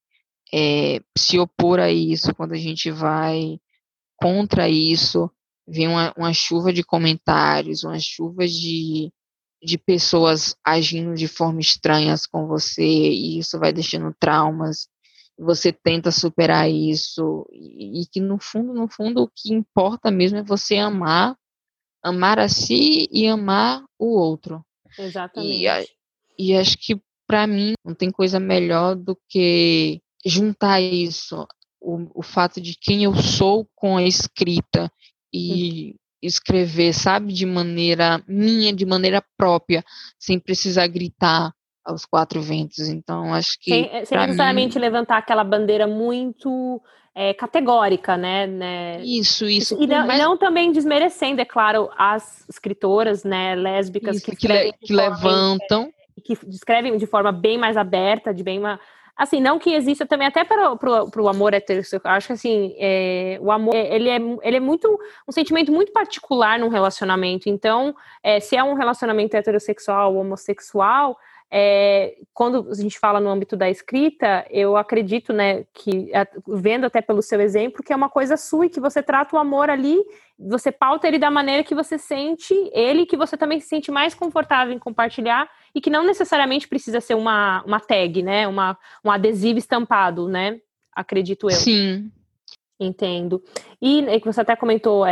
é, se opor a isso, quando a gente vai contra isso, vem uma, uma chuva de comentários, uma chuva de, de pessoas agindo de forma estranhas com você, e isso vai deixando traumas. Você tenta superar isso, e, e que no fundo, no fundo, o que importa mesmo é você amar, amar a si e amar o outro. E, a- Exatamente. e acho que, para mim, não tem coisa melhor do que juntar isso, o, o fato de quem eu sou com a escrita e escrever, sabe, de maneira minha, de maneira própria, sem precisar gritar aos quatro ventos. Então, acho que, Sem, sem para necessariamente mim, levantar aquela bandeira muito é, categórica, né? né? isso, isso, E por não, e mais não também desmerecendo, é claro, as escritoras, né, lésbicas que isso que, escrevem le, de que forma bem, levantam, que escrevem de forma bem mais aberta, de bem uma, assim, não que exista também até para o amor heterossexual. Acho que assim, é, o amor ele é, ele é muito um sentimento muito particular num relacionamento. Então, é, se é um relacionamento heterossexual ou homossexual, é, quando a gente fala no âmbito da escrita, eu acredito, né, que vendo até pelo seu exemplo, que é uma coisa sua e que você trata o amor ali, você pauta ele da maneira que você sente ele, que você também se sente mais confortável em compartilhar e que não necessariamente precisa ser uma, uma tag, né, uma, um adesivo estampado, né, acredito eu. sim, Entendo. E é que você até comentou, é,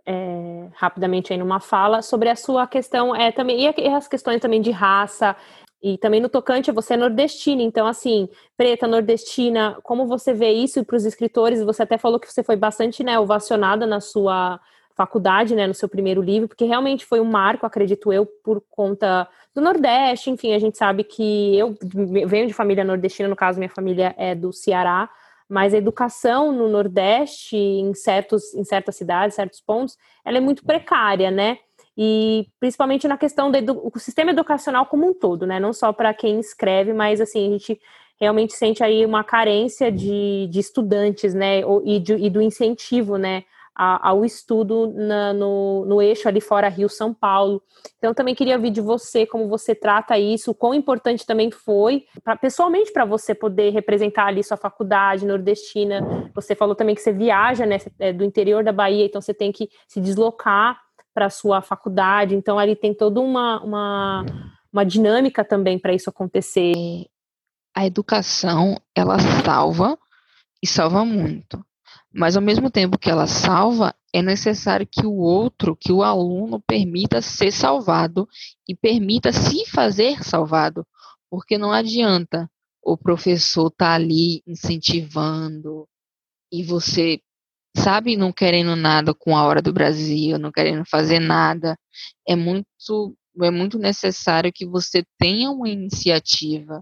é, rapidamente aí numa fala, sobre a sua questão, é, também, e as questões também de raça, e também no tocante, você é nordestina, então assim, preta, nordestina, como você vê isso para os escritores? Você até falou que você foi bastante, né, ovacionada na sua faculdade, né, no seu primeiro livro, porque realmente foi um marco, acredito eu, por conta do Nordeste, enfim, a gente sabe que eu venho de família nordestina, no caso, minha família é do Ceará, mas a educação no Nordeste, em, certos, em certas cidades, certos pontos, ela é muito precária, né? E principalmente na questão do edu- o sistema educacional como um todo, né? Não só para quem escreve, mas assim, a gente realmente sente aí uma carência de, de estudantes, né? O- E, de- e do incentivo, né? a- Ao estudo na- no, no eixo ali fora Rio-São Paulo. Então, eu também queria ouvir de você como você trata isso, o quão importante também foi, pra, pessoalmente, para você poder representar ali sua faculdade nordestina. Você falou também que você viaja, né? Você é do interior da Bahia, então você tem que se deslocar para a sua faculdade, então ali tem toda uma, uma, uma dinâmica também para isso acontecer. A educação, ela salva e salva muito. Mas ao mesmo tempo que ela salva, é necessário que o outro, que o aluno permita ser salvado e permita se fazer salvado, porque não adianta o professor estar ali incentivando e você, sabe, não querendo nada com a Hora do Brasil, não querendo fazer nada. É muito, é muito necessário que você tenha uma iniciativa.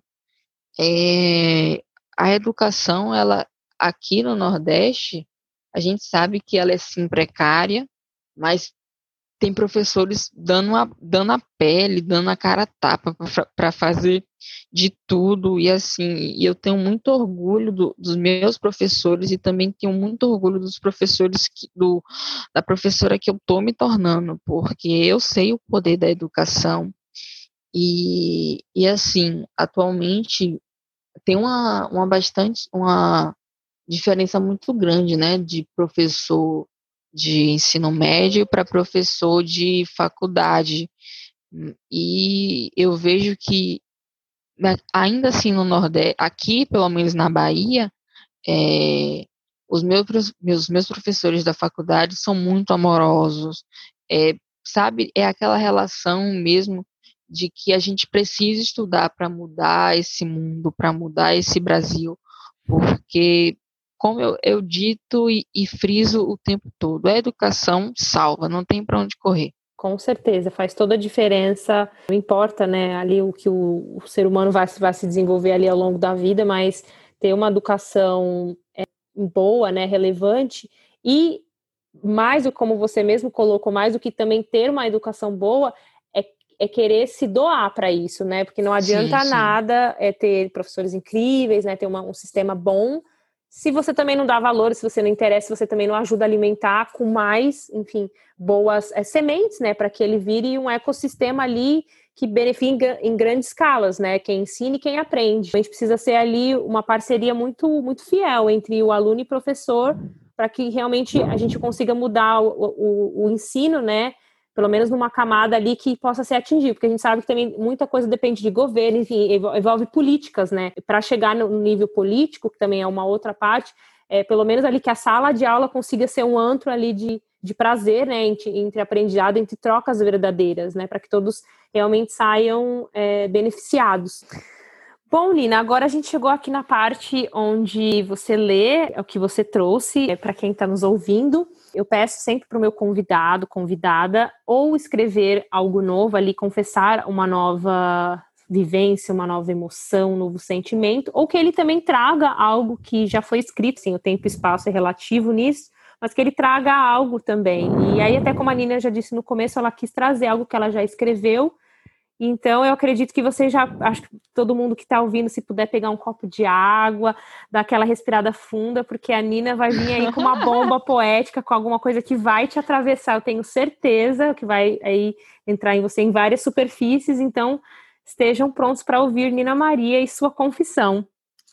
É, a educação, ela aqui no Nordeste, a gente sabe que ela é sim precária, mas tem professores dando a, dando a pele, dando a cara a tapa para fazer de tudo, e assim, e eu tenho muito orgulho do, dos meus professores e também tenho muito orgulho dos professores, que, do, da professora que eu estou me tornando, porque eu sei o poder da educação, e, e assim, atualmente tem uma, uma bastante, uma diferença muito grande, né, de professor de ensino médio para professor de faculdade. E eu vejo que, né, ainda assim no Nordeste, aqui, pelo menos na Bahia, é, os meus, meus, meus professores da faculdade são muito amorosos, é, sabe, é aquela relação mesmo de que a gente precisa estudar para mudar esse mundo, para mudar esse Brasil, porque, como eu, eu dito e, e friso o tempo todo, a educação salva, não tem para onde correr. Com certeza, faz toda a diferença. Não importa, né, ali o que o, o ser humano vai, vai se desenvolver ali ao longo da vida, mas ter uma educação é, boa, né, relevante, e mais do como você mesmo colocou, mais do que também ter uma educação boa, é, é querer se doar para isso, né? Porque não adianta Sim, sim. nada é ter professores incríveis, né, ter uma, um sistema bom, se você também não dá valor, se você não interessa, se você também não ajuda a alimentar com mais, enfim, boas é, sementes, né, para que ele vire um ecossistema ali que beneficie em grandes escalas, né, quem ensina e quem aprende. A gente precisa ser ali uma parceria muito, muito fiel entre o aluno e professor, para que realmente a gente consiga mudar o, o, o ensino, né, pelo menos numa camada ali que possa ser atingível, porque a gente sabe que também muita coisa depende de governo, enfim, envolve políticas, né, para chegar no nível político, que também é uma outra parte, é, pelo menos ali que a sala de aula consiga ser um antro ali de, de prazer, né, entre, entre aprendizado, entre trocas verdadeiras, né, para que todos realmente saiam é, beneficiados. Bom, Lina, agora a gente chegou aqui na parte onde você lê o que você trouxe, é, para quem está nos ouvindo. Eu peço sempre para o meu convidado, convidada, ou escrever algo novo ali, confessar uma nova vivência, uma nova emoção, um novo sentimento, ou que ele também traga algo que já foi escrito, sim, o tempo e espaço é relativo nisso, mas que ele traga algo também. E aí, até como a Nina já disse no começo, ela quis trazer algo que ela já escreveu. Então, eu acredito que você já, acho que todo mundo que está ouvindo, se puder pegar um copo de água, dar aquela respirada funda, porque a Nina vai vir aí com uma bomba poética, com alguma coisa que vai te atravessar, eu tenho certeza, que vai aí entrar em você em várias superfícies. Então, estejam prontos para ouvir Nina Maria e sua confissão.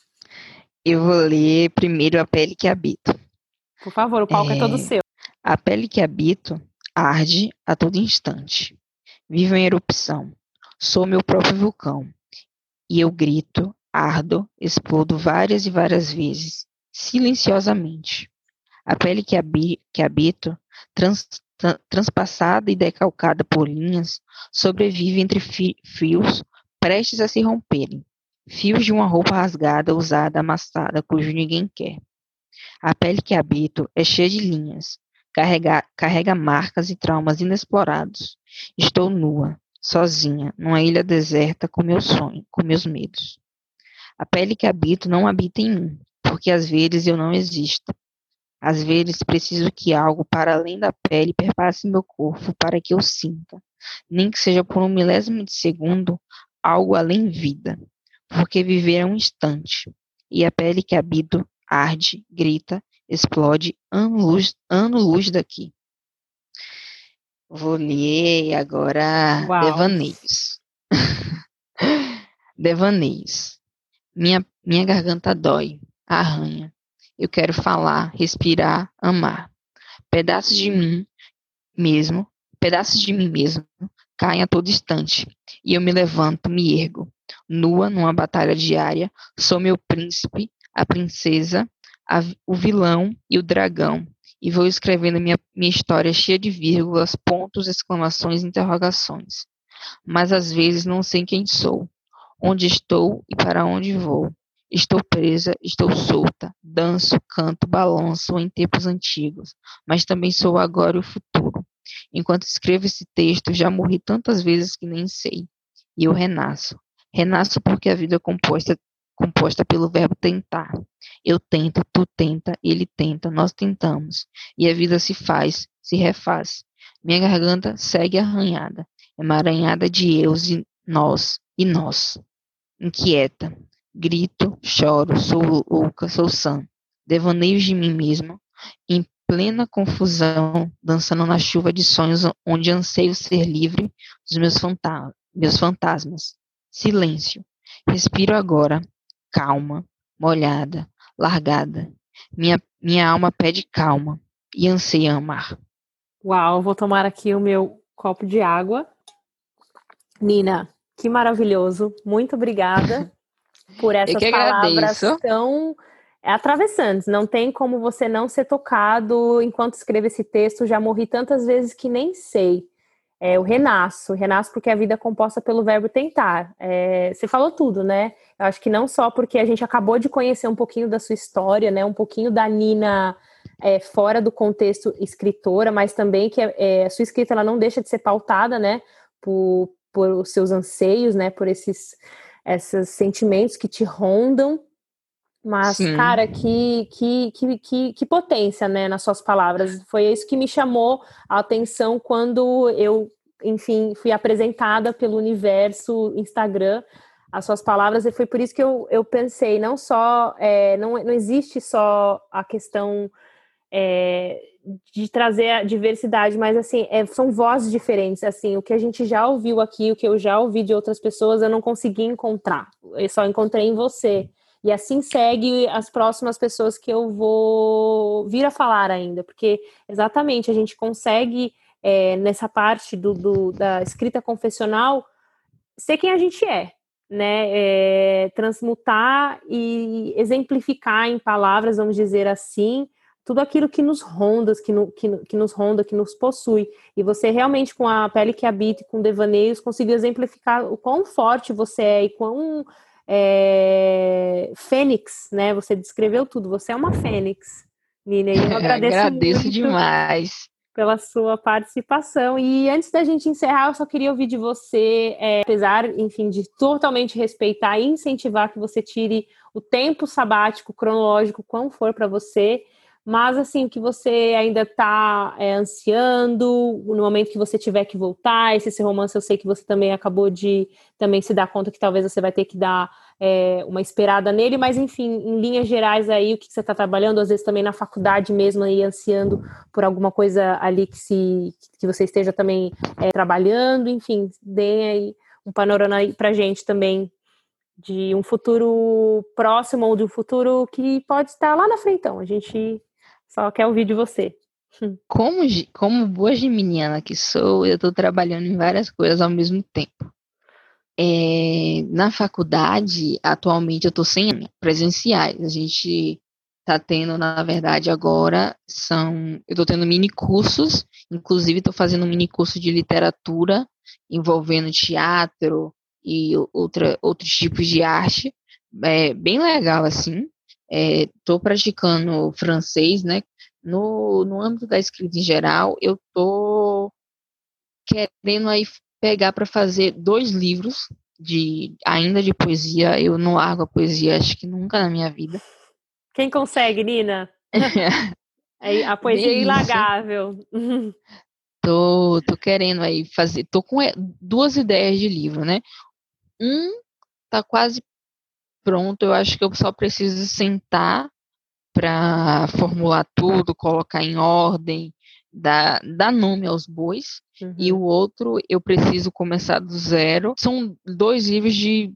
Eu vou ler primeiro A Pele que Habito. Por favor, o palco é, é todo seu. A pele que habito arde a todo instante. Vivo em erupção. Sou meu próprio vulcão. E eu grito, ardo, explodo várias e várias vezes, silenciosamente. A pele que, habi que habito trans transpassada e decalcada por linhas, sobrevive entre fi fios prestes a se romperem. Fios de uma roupa rasgada, usada, amassada, cujo ninguém quer. A pele que habito é cheia de linhas, carrega, carrega marcas e traumas inexplorados. Estou nua, sozinha, numa ilha deserta com meu sonho, com meus medos. A pele que habito não habita em mim, porque às vezes eu não existo. Às vezes preciso que algo para além da pele perpasse meu corpo para que eu sinta, nem que seja por um milésimo de segundo, algo além vida, porque viver é um instante, e a pele que habito arde, grita, explode, ano-luz ano-luz daqui. Vou ler agora Uau. devaneios. Devaneios. Minha, minha garganta dói, arranha. Eu quero falar, respirar, amar. Pedaços de mim mesmo, pedaços de mim mesmo, caem a todo instante. E eu me levanto, me ergo. Nua numa batalha diária, sou meu príncipe, a princesa, a, o vilão e o dragão. E vou escrevendo minha, minha história cheia de vírgulas, pontos, exclamações, interrogações. Mas às vezes não sei quem sou, onde estou e para onde vou. Estou presa, estou solta, danço, canto, balanço em tempos antigos, mas também sou agora e o futuro. Enquanto escrevo esse texto, já morri tantas vezes que nem sei. E eu renasço. Renasço porque a vida é composta, composta pelo verbo tentar. Eu tento, tu tenta, ele tenta, nós tentamos. E a vida se faz, se refaz. Minha garganta segue arranhada, emaranhada de eus e nós, e nós. Inquieta. Grito, choro, sou louca, sou sã. Devaneios de mim mesma, em plena confusão, dançando na chuva de sonhos onde anseio ser livre dos meus, fanta meus fantasmas. Silêncio. Respiro agora, calma, molhada, largada. Minha, minha alma pede calma e anseia amar. Uau, vou tomar aqui o meu copo de água. Nina, que maravilhoso. Muito obrigada por essas palavras agradeço. tão atravessantes. Não tem como você não ser tocado enquanto escreve esse texto. Já morri tantas vezes que nem sei. É, eu renasço, renasço porque a vida é composta pelo verbo tentar. É, você falou tudo, né? Eu acho que não só porque a gente acabou de conhecer um pouquinho da sua história, né? Um pouquinho da Nina é, fora do contexto escritora, mas também que é, a sua escrita ela não deixa de ser pautada, né? Por, por os seus anseios, né? Por esses, esses sentimentos que te rondam. Mas, Sim. cara, que, que, que, que, que potência, né, nas suas palavras. Foi isso que me chamou a atenção quando eu, enfim, fui apresentada pelo universo Instagram, as suas palavras, e foi por isso que eu, eu pensei, não só, é, não, não existe só a questão é, de trazer a diversidade, mas, assim, é, são vozes diferentes, assim, o que a gente já ouviu aqui, o que eu já ouvi de outras pessoas, eu não consegui encontrar, eu só encontrei em você. E assim segue as próximas pessoas que eu vou vir a falar ainda, porque exatamente a gente consegue, é, nessa parte do, do, da escrita confessional, ser quem a gente é, né? É, transmutar e exemplificar em palavras, vamos dizer assim, tudo aquilo que nos ronda, que, no, que, que nos ronda, que nos possui. E você realmente, com a pele que habita e com devaneios, conseguiu exemplificar o quão forte você é e quão É... fênix, né? Você descreveu tudo. Você é uma fênix, Nina. E eu agradeço, agradeço muito demais pela sua participação. E antes da gente encerrar, eu só queria ouvir de você, é, apesar, enfim, de totalmente respeitar e incentivar que você tire o tempo sabático, cronológico, quão for para você. Mas, assim, o que você ainda está é, ansiando, no momento que você tiver que voltar, esse, esse romance eu sei que você também acabou de também se dar conta que talvez você vai ter que dar é, uma esperada nele, mas, enfim, em linhas gerais aí, o que você está trabalhando, às vezes também na faculdade mesmo, aí, ansiando por alguma coisa ali que, se, que você esteja também é, trabalhando, enfim, deem aí um panorama aí pra gente também de um futuro próximo ou de um futuro que pode estar lá na frente, então, a gente só quer ouvir de você. Como, como boa geminiana que sou, eu estou trabalhando em várias coisas ao mesmo tempo. É, na faculdade, atualmente, eu estou sem presenciais. A gente tá tendo, na verdade, agora, são, eu tô tendo mini cursos, inclusive tô fazendo um mini curso de literatura, envolvendo teatro e outra, outros tipos de arte, é bem legal, assim, é, tô praticando francês, né, no, no âmbito da escrita em geral, eu tô querendo aí pegar para fazer dois livros, de, ainda de poesia, eu não largo a poesia, acho que nunca na minha vida. Quem consegue, Nina? É, a poesia é Bem isso. ilagável. Tô, tô querendo aí fazer, tô com é, duas ideias de livro, né? Um tá quase pronto, eu acho que eu só preciso sentar para formular tudo, colocar em ordem, dar, dar nome aos bois. Uhum. E o outro eu preciso começar do zero. São dois livros de,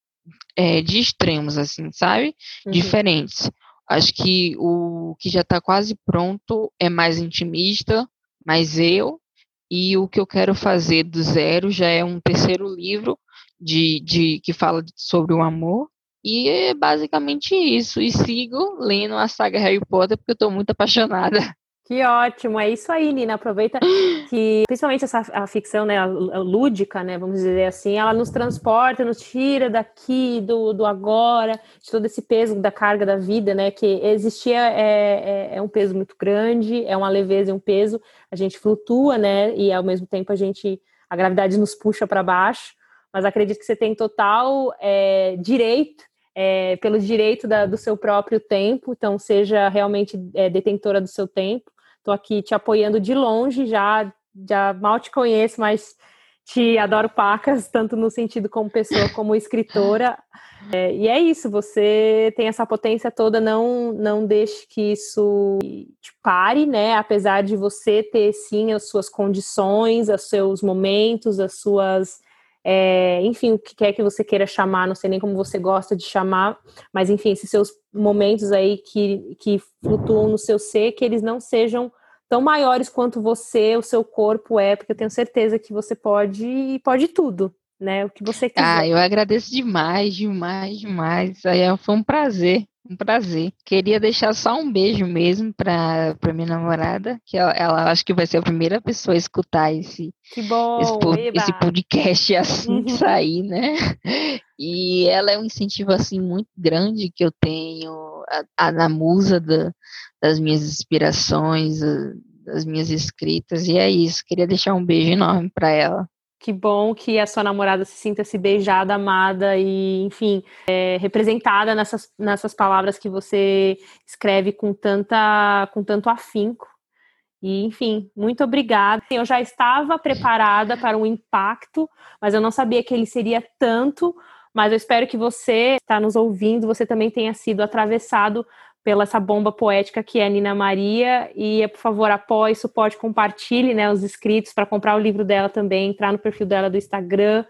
é, de extremos, assim, sabe? Uhum. Diferentes. Acho que o que já está quase pronto é mais intimista, mais eu. E o que eu quero fazer do zero já é um terceiro livro de, de que fala sobre o amor. E é basicamente isso. E sigo lendo a saga Harry Potter porque eu estou muito apaixonada. Que ótimo, é isso aí, Nina. Aproveita que, principalmente essa a ficção, né, a, a lúdica, né, vamos dizer assim, ela nos transporta, nos tira daqui, do, do agora, de todo esse peso da carga da vida, né, que existia é, é, é um peso muito grande, é uma leveza e um peso, a gente flutua, né, e ao mesmo tempo a gente, a gravidade nos puxa para baixo, mas acredito que você tem total é, direito, É, pelo direito da, do seu próprio tempo, então seja realmente é, detentora do seu tempo. Estou aqui te apoiando de longe, já, já mal te conheço, mas te adoro pacas, tanto no sentido como pessoa, como escritora. É, e é isso, você tem essa potência toda, não, não deixe que isso te pare, né? Apesar de você ter, sim, as suas condições, os seus momentos, as suas... É, enfim, o que quer que você queira chamar, não sei nem como você gosta de chamar, mas enfim, esses seus momentos aí que, que flutuam no seu ser, que eles não sejam tão maiores quanto você, o seu corpo é, porque eu tenho certeza que você pode, pode tudo, né, o que você quiser. Ah, eu agradeço demais, demais, demais, aí foi um prazer. Um prazer. Queria deixar só um beijo mesmo para para minha namorada, que ela, ela acho que vai ser a primeira pessoa a escutar esse, que bom, esse, esse podcast assim uhum. que sair, né? E ela é um incentivo assim muito grande que eu tenho a, a, na musa da, das minhas inspirações, a, das minhas escritas, e é isso. Queria deixar um beijo enorme para ela. Que bom que a sua namorada se sinta-se beijada, amada e, enfim, é, representada nessas, nessas palavras que você escreve com, tanta, com tanto afinco. E, enfim, muito obrigada. Eu já estava preparada para um impacto, mas eu não sabia que ele seria tanto. Mas eu espero que você está nos ouvindo, você também tenha sido atravessado pela essa bomba poética que é a Nina Maria, e por favor apoie, suporte, compartilhe, né, os inscritos para comprar o livro dela também, entrar no perfil dela do Instagram,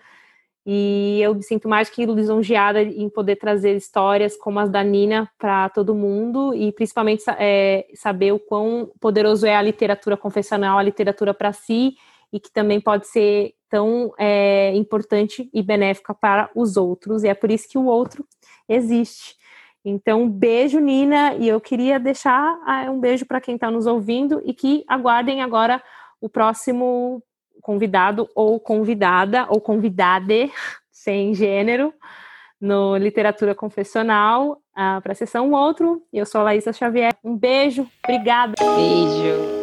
e eu me sinto mais que lisonjeada em poder trazer histórias como as da Nina para todo mundo, e principalmente é, saber o quão poderoso é a literatura confessional, a literatura para si, e que também pode ser tão é, importante e benéfica para os outros, e é por isso que o outro existe. Então, um beijo, Nina, e eu queria deixar um beijo para quem está nos ouvindo e que aguardem agora o próximo convidado ou convidada, ou convidade, sem gênero, no Literatura Confessional, uh, para a sessão outro. Eu sou a Laísa Xavier. Um beijo, obrigada. Beijo.